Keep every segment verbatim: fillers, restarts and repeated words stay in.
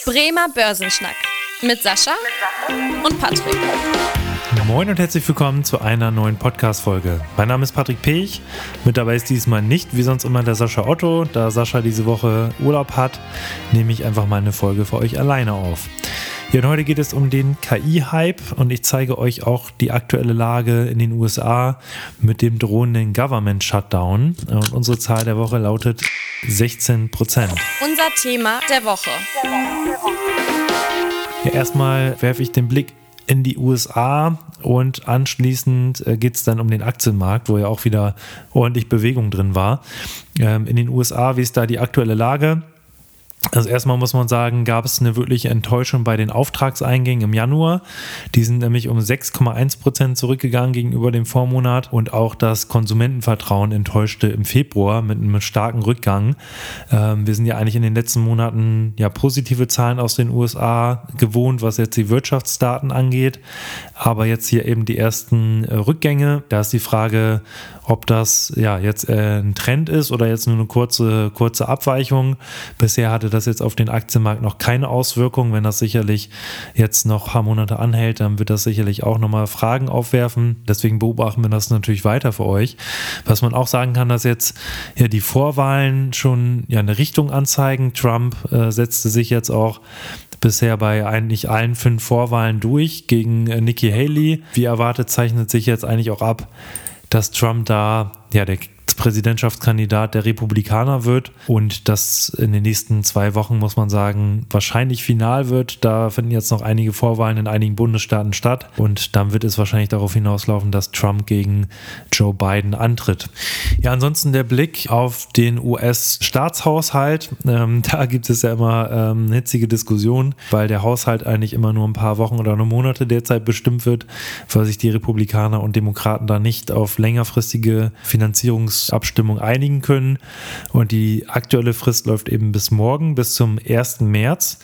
Bremer Börsenschnack mit Sascha und Patrick. Moin und herzlich willkommen zu einer neuen Podcast-Folge. Mein Name ist Patrick Pech, mit dabei ist diesmal nicht wie sonst immer der Sascha Otto. Da Sascha diese Woche Urlaub hat, nehme ich einfach mal eine Folge für euch alleine auf. Ja, und heute geht es um den K I-Hype und ich zeige euch auch die aktuelle Lage in den U S A mit dem drohenden Government Shutdown. Und unsere Zahl der Woche lautet sechzehn Prozent. Unser Thema der Woche. Ja, erstmal werfe ich den Blick in die U S A und anschließend geht es dann um den Aktienmarkt, wo ja auch wieder ordentlich Bewegung drin war. Ähm, in den U S A, wie ist da die aktuelle Lage? Also erstmal muss man sagen, gab es eine wirkliche Enttäuschung bei den Auftragseingängen im Januar. Die sind nämlich um sechs Komma eins Prozent zurückgegangen gegenüber dem Vormonat und auch das Konsumentenvertrauen enttäuschte im Februar mit einem starken Rückgang. Ähm, wir sind ja eigentlich in den letzten Monaten ja positive Zahlen aus den U S A gewohnt, was jetzt die Wirtschaftsdaten angeht. Aber jetzt hier eben die ersten äh, Rückgänge. Da ist die Frage, ob das ja jetzt äh, ein Trend ist oder jetzt nur eine kurze, kurze Abweichung. Bisher hatte das jetzt auf den Aktienmarkt noch keine Auswirkung. Wenn das sicherlich jetzt noch ein paar Monate anhält, dann wird das sicherlich auch nochmal Fragen aufwerfen. Deswegen beobachten wir das natürlich weiter für euch. Was man auch sagen kann, dass jetzt ja die Vorwahlen schon ja eine Richtung anzeigen. Trump äh, setzte sich jetzt auch bisher bei eigentlich allen fünf Vorwahlen durch gegen äh, Nikki Haley. Wie erwartet zeichnet sich jetzt eigentlich auch ab, dass Trump da ja der Präsidentschaftskandidat der Republikaner wird und das in den nächsten zwei Wochen, muss man sagen, wahrscheinlich final wird. Da finden jetzt noch einige Vorwahlen in einigen Bundesstaaten statt und dann wird es wahrscheinlich darauf hinauslaufen, dass Trump gegen Joe Biden antritt. Ja, ansonsten der Blick auf den U S-Staatshaushalt. Ähm, da gibt es ja immer ähm, eine hitzige Diskussion, weil der Haushalt eigentlich immer nur ein paar Wochen oder nur Monate derzeit bestimmt wird, weil sich die Republikaner und Demokraten da nicht auf längerfristige Finanzierungs Abstimmung einigen können und die aktuelle Frist läuft eben bis morgen, bis zum ersten März.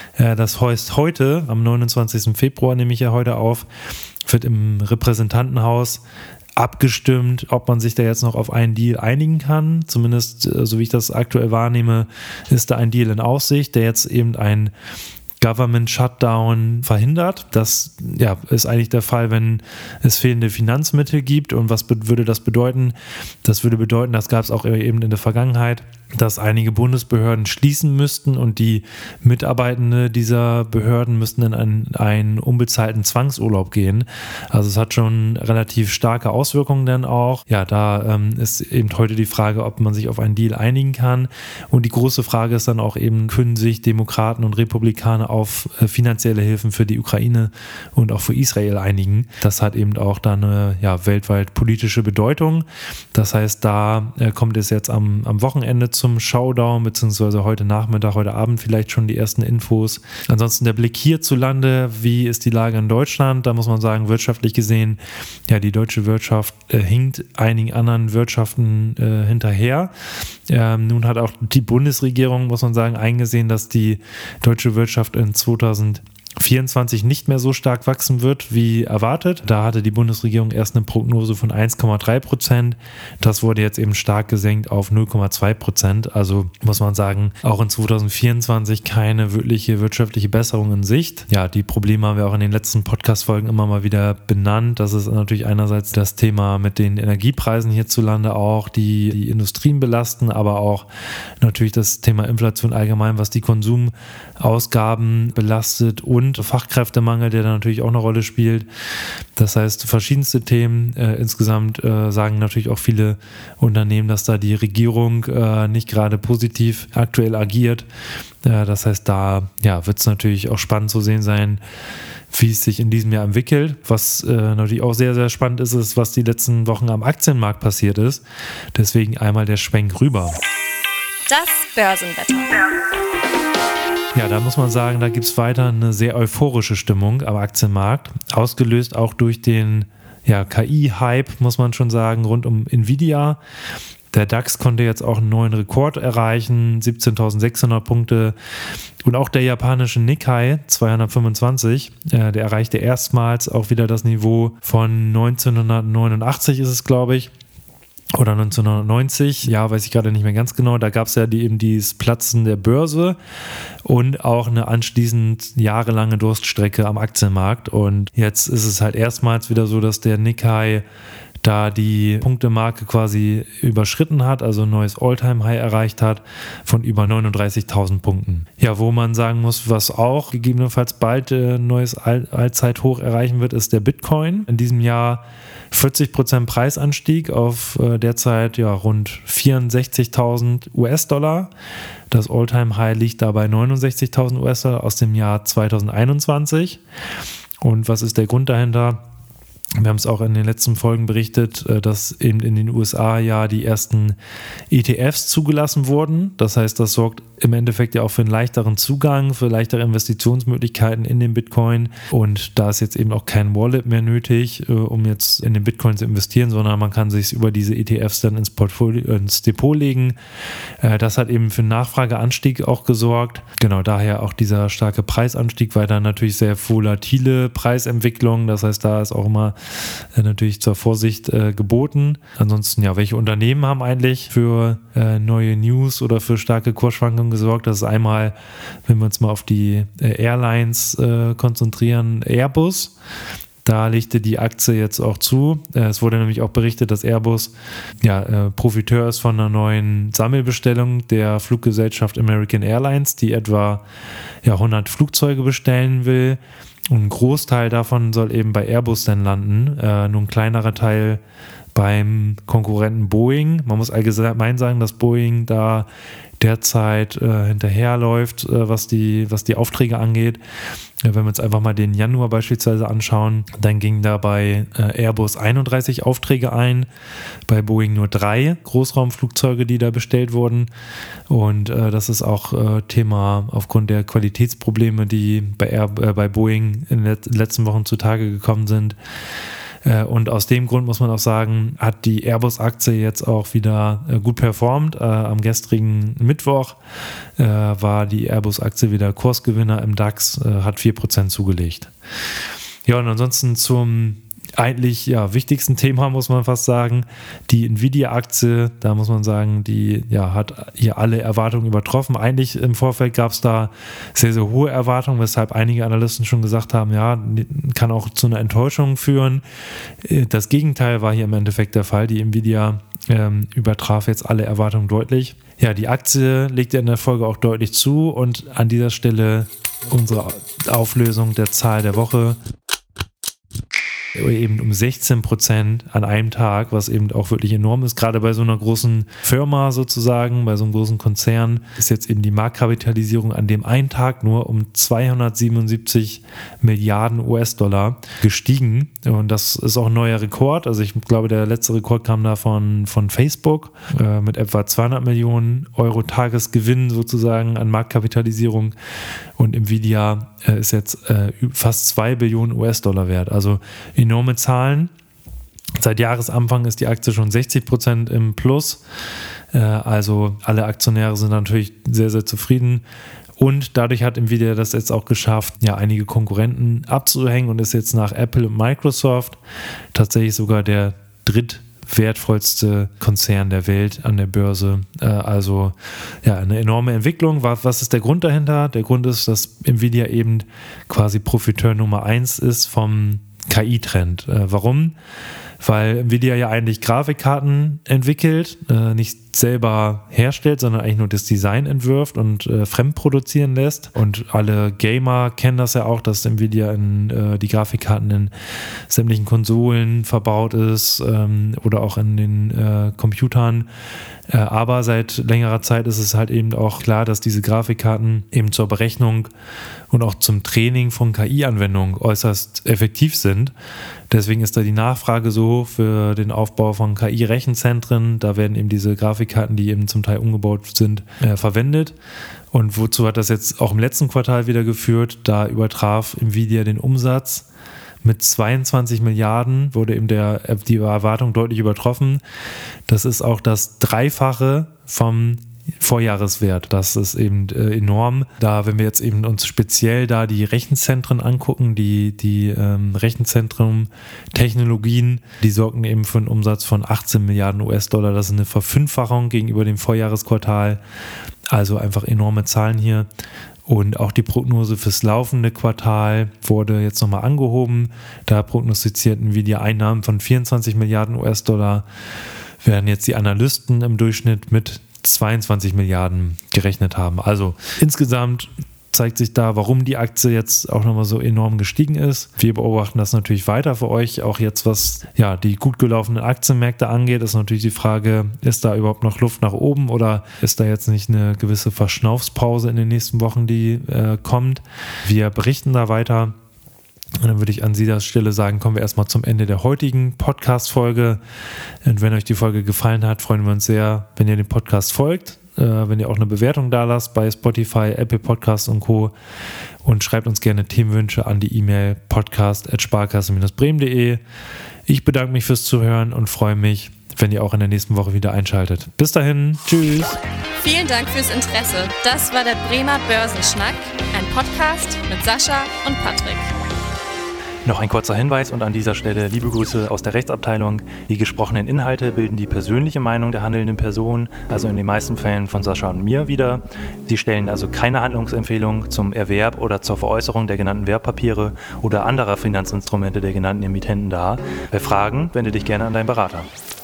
Das heißt, heute, am neunundzwanzigsten Februar, nehme ich ja heute auf, wird im Repräsentantenhaus abgestimmt, ob man sich da jetzt noch auf einen Deal einigen kann. Zumindest, so wie ich das aktuell wahrnehme, ist da ein Deal in Aussicht, der jetzt eben ein Government Shutdown verhindert. Das ja, ist eigentlich der Fall, wenn es fehlende Finanzmittel gibt. Und was be- würde das bedeuten? Das würde bedeuten, das gab es auch eben in der Vergangenheit, dass einige Bundesbehörden schließen müssten und die Mitarbeitende dieser Behörden müssten in einen, einen unbezahlten Zwangsurlaub gehen. Also es hat schon relativ starke Auswirkungen dann auch. Ja, da ähm, ist eben heute die Frage, ob man sich auf einen Deal einigen kann. Und die große Frage ist dann auch eben, können sich Demokraten und Republikaner auf äh, finanzielle Hilfen für die Ukraine und auch für Israel einigen? Das hat eben auch dann eine ja, weltweit politische Bedeutung. Das heißt, da äh, kommt es jetzt am, am Wochenende zu zum Showdown, beziehungsweise heute Nachmittag, heute Abend vielleicht schon die ersten Infos. Ansonsten der Blick hierzulande, wie ist die Lage in Deutschland? Da muss man sagen, wirtschaftlich gesehen, ja, die deutsche Wirtschaft äh, hinkt einigen anderen Wirtschaften äh, hinterher. Ähm, nun hat auch die Bundesregierung, muss man sagen, eingesehen, dass die deutsche Wirtschaft in zweitausendvierundzwanzig nicht mehr so stark wachsen wird wie erwartet. Da hatte die Bundesregierung erst eine Prognose von eins Komma drei Prozent. Das wurde jetzt eben stark gesenkt auf null Komma zwei Prozent. Also muss man sagen, auch in zweitausendvierundzwanzig keine wirkliche wirtschaftliche Besserung in Sicht. Ja, die Probleme haben wir auch in den letzten Podcast-Folgen immer mal wieder benannt. Das ist natürlich einerseits das Thema mit den Energiepreisen hierzulande auch, die die Industrien belasten, aber auch natürlich das Thema Inflation allgemein, was die Konsumausgaben belastet und Fachkräftemangel, der da natürlich auch eine Rolle spielt. Das heißt, verschiedenste Themen. Äh, insgesamt äh, sagen natürlich auch viele Unternehmen, dass da die Regierung äh, nicht gerade positiv aktuell agiert. Äh, das heißt, da ja, wird es natürlich auch spannend zu sehen sein, wie es sich in diesem Jahr entwickelt. Was äh, natürlich auch sehr, sehr spannend ist, ist, was die letzten Wochen am Aktienmarkt passiert ist. Deswegen einmal der Schwenk rüber. Das Börsenwetter. Ja, da muss man sagen, da gibt es weiter eine sehr euphorische Stimmung am Aktienmarkt, ausgelöst auch durch den ja, K I-Hype, muss man schon sagen, rund um Nvidia. Der DAX konnte jetzt auch einen neuen Rekord erreichen, siebzehntausendsechshundert Punkte. Und auch der japanische Nikkei zweihundertfünfundzwanzig, äh, der erreichte erstmals auch wieder das Niveau von neunzehnhundertneunundachtzig ist es, glaube ich. oder neunzehnhundertneunzig, ja, weiß ich gerade nicht mehr ganz genau, da gab es ja die, eben dieses Platzen der Börse und auch eine anschließend jahrelange Durststrecke am Aktienmarkt. Und jetzt ist es halt erstmals wieder so, dass der Nikkei da die Punktemarke quasi überschritten hat, also ein neues All-Time-High erreicht hat von über neununddreißigtausend Punkten. Ja, wo man sagen muss, was auch gegebenenfalls bald ein äh, neues All- Allzeithoch erreichen wird, ist der Bitcoin. In diesem Jahr vierzig Prozent Preisanstieg auf äh, derzeit ja, rund vierundsechzigtausend US-Dollar. Das All-Time-High liegt dabei neunundsechzigtausend US-Dollar aus dem Jahr zweitausendeinundzwanzig. Und was ist der Grund dahinter? Wir haben es auch in den letzten Folgen berichtet, dass eben in den U S A ja die ersten E T Fs zugelassen wurden. Das heißt, das sorgt im Endeffekt ja auch für einen leichteren Zugang, für leichtere Investitionsmöglichkeiten in den Bitcoin. Und da ist jetzt eben auch kein Wallet mehr nötig, um jetzt in den Bitcoin zu investieren, sondern man kann sich über diese E T Fs dann ins Portfolio, ins Depot legen. Das hat eben für einen Nachfrageanstieg auch gesorgt. Genau, daher auch dieser starke Preisanstieg, weil dann natürlich sehr volatile Preisentwicklung. Das heißt, da ist auch immer natürlich zur Vorsicht äh, geboten. Ansonsten, ja, welche Unternehmen haben eigentlich für äh, neue News oder für starke Kursschwankungen gesorgt? Das ist einmal, wenn wir uns mal auf die äh, Airlines äh, konzentrieren, Airbus. Da legte die Aktie jetzt auch zu. Äh, es wurde nämlich auch berichtet, dass Airbus ja, äh, Profiteur ist von einer neuen Sammelbestellung der Fluggesellschaft American Airlines, die etwa ja, hundert Flugzeuge bestellen will. Und ein Großteil davon soll eben bei Airbus dann landen, äh, nur ein kleinerer Teil beim Konkurrenten Boeing. Man muss allgemein sagen, dass Boeing da derzeit äh, hinterherläuft, äh, was die, was die Aufträge angeht. Ja, wenn wir uns einfach mal den Januar beispielsweise anschauen, dann gingen da bei äh, Airbus einunddreißig Aufträge ein, bei Boeing nur drei Großraumflugzeuge, die da bestellt wurden. Und äh, das ist auch äh, Thema aufgrund der Qualitätsprobleme, die bei, Air, äh, bei Boeing in den let- letzten Wochen zutage gekommen sind. Und aus dem Grund muss man auch sagen, hat die Airbus-Aktie jetzt auch wieder gut performt. Äh, am gestrigen Mittwoch äh, war die Airbus-Aktie wieder Kursgewinner im DAX, äh, hat vier Prozent zugelegt. Ja, und ansonsten zum eigentlich ja, wichtigsten Thema, muss man fast sagen, die Nvidia-Aktie, da muss man sagen, die ja, hat hier alle Erwartungen übertroffen. Eigentlich im Vorfeld gab es da sehr, sehr hohe Erwartungen, weshalb einige Analysten schon gesagt haben, ja, kann auch zu einer Enttäuschung führen. Das Gegenteil war hier im Endeffekt der Fall. Die Nvidia ähm, übertraf jetzt alle Erwartungen deutlich. Ja, die Aktie legt ja in der Folge auch deutlich zu und an dieser Stelle unsere Auflösung der Zahl der Woche. Eben um sechzehn Prozent an einem Tag, was eben auch wirklich enorm ist. Gerade bei so einer großen Firma sozusagen, bei so einem großen Konzern, ist jetzt eben die Marktkapitalisierung an dem einen Tag nur um zweihundertsiebenundsiebzig Milliarden U S-Dollar gestiegen. Und das ist auch ein neuer Rekord. Also ich glaube, der letzte Rekord kam da von, von Facebook äh, mit etwa zweihundert Millionen Euro Tagesgewinn sozusagen an Marktkapitalisierung. Und Nvidia äh, ist jetzt äh, fast zwei Billionen U S-Dollar wert. Also enorme Zahlen. Seit Jahresanfang ist die Aktie schon sechzig Prozent im Plus. Äh, also alle Aktionäre sind natürlich sehr, sehr zufrieden. Und dadurch hat Nvidia das jetzt auch geschafft, ja, einige Konkurrenten abzuhängen und ist jetzt nach Apple und Microsoft tatsächlich sogar der drittwertvollste Konzern der Welt an der Börse. Äh, also ja, eine enorme Entwicklung. Was ist der Grund dahinter? Der Grund ist, dass Nvidia eben quasi Profiteur Nummer eins ist vom K I-Trend. Äh, warum? Weil Nvidia ja eigentlich Grafikkarten entwickelt, äh, nicht selber herstellt, sondern eigentlich nur das Design entwirft und äh, fremdproduzieren lässt. Und alle Gamer kennen das ja auch, dass Nvidia in äh, die Grafikkarten in sämtlichen Konsolen verbaut ist ähm, oder auch in den äh, Computern. Äh, aber seit längerer Zeit ist es halt eben auch klar, dass diese Grafikkarten eben zur Berechnung und auch zum Training von K I-Anwendungen äußerst effektiv sind. Deswegen ist da die Nachfrage so für den Aufbau von K I-Rechenzentren. Da werden eben diese Grafikkarten, die eben zum Teil umgebaut sind, äh, verwendet. Und wozu hat das jetzt auch im letzten Quartal wieder geführt? Da übertraf Nvidia den Umsatz mit zweiundzwanzig Milliarden, wurde eben der, die Erwartung deutlich übertroffen. Das ist auch das Dreifache vom Vorjahreswert. Das ist eben äh, enorm. Da, wenn wir jetzt eben uns speziell da die Rechenzentren angucken, die, die ähm, Rechenzentrum-Technologien, die sorgen eben für einen Umsatz von achtzehn Milliarden U S-Dollar. Das ist eine Verfünffachung gegenüber dem Vorjahresquartal. Also einfach enorme Zahlen hier. Und auch die Prognose fürs laufende Quartal wurde jetzt nochmal angehoben. Da prognostizierten wir die Einnahmen von vierundzwanzig Milliarden U S-Dollar, während jetzt die Analysten im Durchschnitt mit zweiundzwanzig Milliarden gerechnet haben. Also insgesamt zeigt sich da, warum die Aktie jetzt auch nochmal so enorm gestiegen ist. Wir beobachten das natürlich weiter für euch. Auch jetzt, was ja die gut gelaufenen Aktienmärkte angeht, ist natürlich die Frage, ist da überhaupt noch Luft nach oben oder ist da jetzt nicht eine gewisse Verschnaufspause in den nächsten Wochen, die äh, kommt? Wir berichten da weiter. Und dann würde ich an dieser Stelle sagen, kommen wir erstmal zum Ende der heutigen Podcast-Folge. Und wenn euch die Folge gefallen hat, freuen wir uns sehr, wenn ihr dem Podcast folgt, äh, wenn ihr auch eine Bewertung da lasst bei Spotify, Apple Podcasts und Co. Und schreibt uns gerne Themenwünsche an die E-Mail podcast at sparkasse Bindestrich bremen punkt de. Ich bedanke mich fürs Zuhören und freue mich, wenn ihr auch in der nächsten Woche wieder einschaltet. Bis dahin, tschüss. Vielen Dank fürs Interesse. Das war der Bremer Börsenschnack, ein Podcast mit Sascha und Patrick. Noch ein kurzer Hinweis und an dieser Stelle liebe Grüße aus der Rechtsabteilung. Die gesprochenen Inhalte bilden die persönliche Meinung der handelnden Person, also in den meisten Fällen von Sascha und mir wider. Sie stellen also keine Handlungsempfehlung zum Erwerb oder zur Veräußerung der genannten Wertpapiere oder anderer Finanzinstrumente der genannten Emittenten dar. Bei Fragen wende dich gerne an deinen Berater.